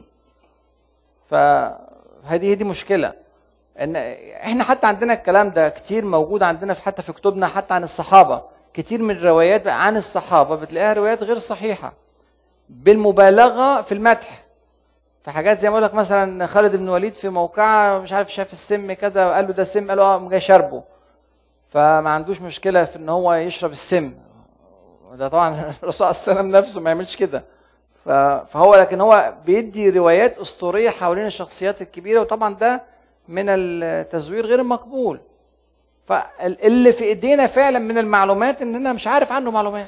فهذه دي مشكله، ان احنا حتى عندنا الكلام ده كتير موجود عندنا حتى في كتبنا حتى عن الصحابه. كتير من الروايات عن الصحابه بتلاقيها روايات غير صحيحه بالمبالغه في المدح. في حاجات زي ما اقول لك مثلا خالد بن الوليد في موقعه مش عارف شاف السم كده وقال له ده سم، قال له جاي شربه، فما عندوش مشكله في ان هو يشرب السم. ده طبعا الرسول عليه السلام نفسه ما يعملش كده. فهو لكن هو بيدي روايات اسطوريه حوالين الشخصيات الكبيره، وطبعا ده من التزوير غير المقبول. فاللي في ايدينا فعلا من المعلومات اننا مش عارف عنه معلومات،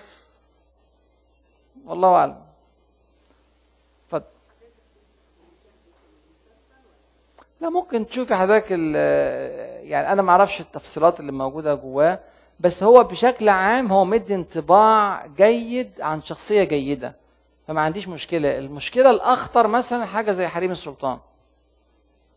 والله اعلم. اتفضل. لا ممكن تشوفي حضرتك يعني انا ما اعرفش التفصيلات اللي موجوده جواه، بس هو بشكل عام هو مدي انطباع جيد عن شخصيه جيده، فما عنديش مشكله. المشكله الاخطر مثلا حاجه زي حريم السلطان،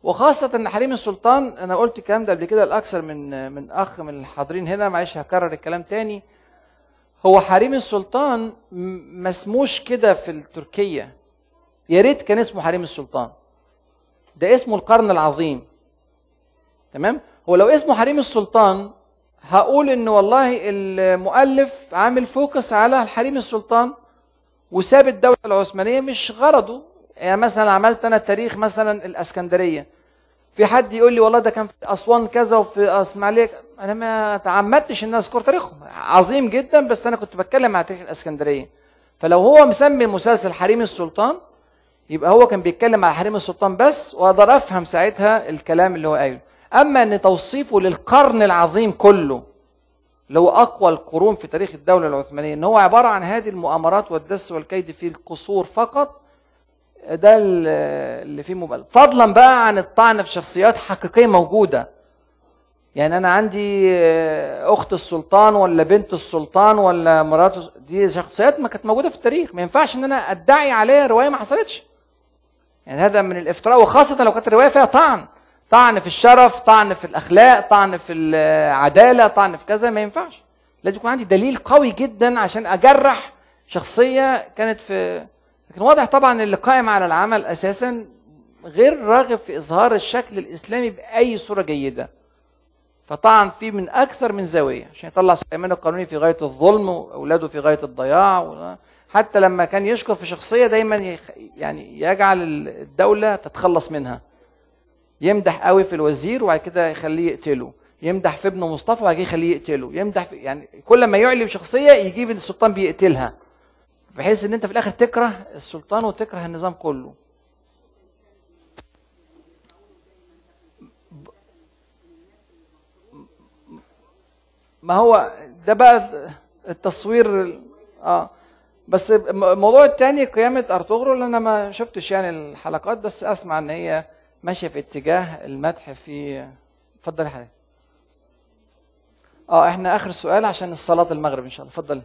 وخاصة ان حريم السلطان، انا قلت الكلام ده قبل كده لاكثر من اخ من الحاضرين هنا، معلش هكرر الكلام تاني. هو حريم السلطان ما اسموش كده في التركية، يا ريت كان اسمه حريم السلطان، ده اسمه القرن العظيم. تمام؟ هو لو اسمه حريم السلطان هقول ان والله المؤلف عامل فوكس على حريم السلطان وساب الدولة العثمانية مش غرضه. يعني مثلا عملت انا تاريخ مثلا الاسكندرية، في حد يقول لي والله ده كان في اسوان كذا وفي اسماعيليه، انا ما تعمدتش ان اذكر تاريخهم، عظيم جدا، بس انا كنت بتكلم عن تاريخ الاسكندريه. فلو هو مسمي المسلسل حريم السلطان يبقى هو كان بيتكلم على حريم السلطان بس، واقدر افهم ساعتها الكلام اللي هو قايله. اما ان توصيفه للقرن العظيم كله اللي هو اقوى القرون في تاريخ الدوله العثمانيه، ان هو عباره عن هذه المؤامرات والدس والكيد في القصور فقط، ده اللي فيه مبالغه، فضلا بقى عن الطعن في شخصيات حقيقيه موجوده. يعني انا عندي اخت السلطان ولا بنت السلطان ولا مرات، دي شخصيات ما كانت موجوده في التاريخ، ما ينفعش ان انا ادعي عليها روايه ما حصلتش. يعني هذا من الافتراء، وخاصه لو كانت الروايه فيها طعن في الشرف، طعن في الاخلاق، طعن في العداله، طعن في كذا، ما ينفعش. لازم يكون عندي دليل قوي جدا عشان اجرح شخصيه كانت في. لكن واضح طبعا اللي قائم على العمل اساسا غير راغب في اظهار الشكل الاسلامي باي صوره جيده، فطعن فيه من اكثر من زاويه عشان يطلع سليمان القانوني في غايه الظلم واولاده في غايه الضياع. حتى لما كان يشكر في شخصيه دايما يعني يجعل الدوله تتخلص منها، يمدح قوي في الوزير وبعد كده يخليه يقتله، يمدح في ابنه مصطفى وبعد كده يخليه يقتله، يمدح في يعني كل ما يعلي بشخصيه يجيب السلطان بيقتلها، بحيث ان انت في الاخر تكره السلطان وتكره النظام كله. ما هو ده بقى التصوير. بس الموضوع الثاني قيامة ارطغرل، انا ما شفتش يعني الحلقات، بس اسمع ان هي ماشيه في اتجاه المدح في. اتفضل يا حبيبي. احنا اخر سؤال عشان الصلاه المغرب ان شاء الله. اتفضل.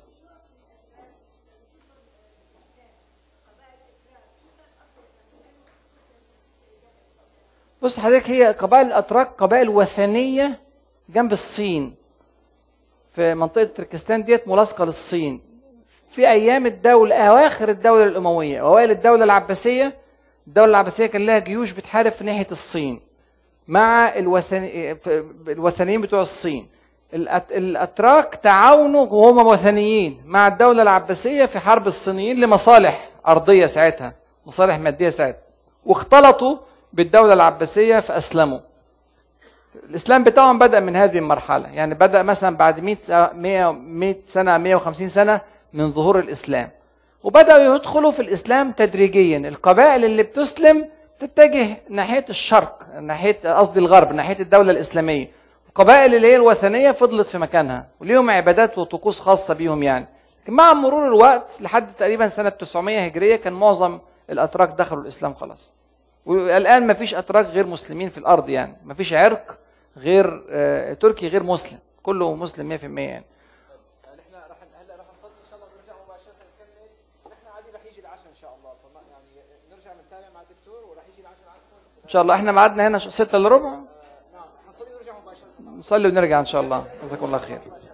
بص حضرتك، هي قبائل الاتراك قبائل وثنيه جنب الصين، في منطقه تركستان ديت ملاصقه للصين. في ايام الدوله، اواخر الدوله الامويه، اوائل الدوله العباسيه، الدوله العباسيه كان لها جيوش بتحارب في ناحيه الصين مع الوثنيين بتوع الصين. الاتراك تعاونوا وهم وثنيين مع الدوله العباسيه في حرب الصينيين لمصالح ارضيه ساعتها، مصالح ماديه ساعتها، واختلطوا بالدوله العباسيه فاسلموا. الاسلام بتاعهم بدا من هذه المرحله، يعني بدا مثلا بعد 100 سنه 150 سنه من ظهور الاسلام، وبداوا يدخلوا في الاسلام تدريجيا. القبائل اللي بتسلم تتجه ناحيه الشرق، ناحيه قصدي الغرب، ناحيه الدوله الاسلاميه. القبائل اللي هي الوثنيه فضلت في مكانها وليهم عبادات وطقوس خاصه بيهم يعني. لكن مع مرور الوقت لحد تقريبا سنه 900 هجريه كان معظم الاتراك دخلوا الاسلام خلاص. والان ما فيش اتراك غير مسلمين في الارض، يعني ما فيش عرق غير تركي غير مسلم، كله مسلم 100% يعني. احنا هلا راح نصلي ان شاء الله ونرجع مباشره نكمل. احنا عادي راح يجي العشاء ان شاء الله، يعني نرجع نتابع مع الدكتور وراح يجي العشاء عندكم ان شاء الله. احنا ميعادنا هنا 6 الا ربع. نعم، حنصلي ونرجع مباشره. نصلي ونرجع ان شاء الله. جزاكم الله خير.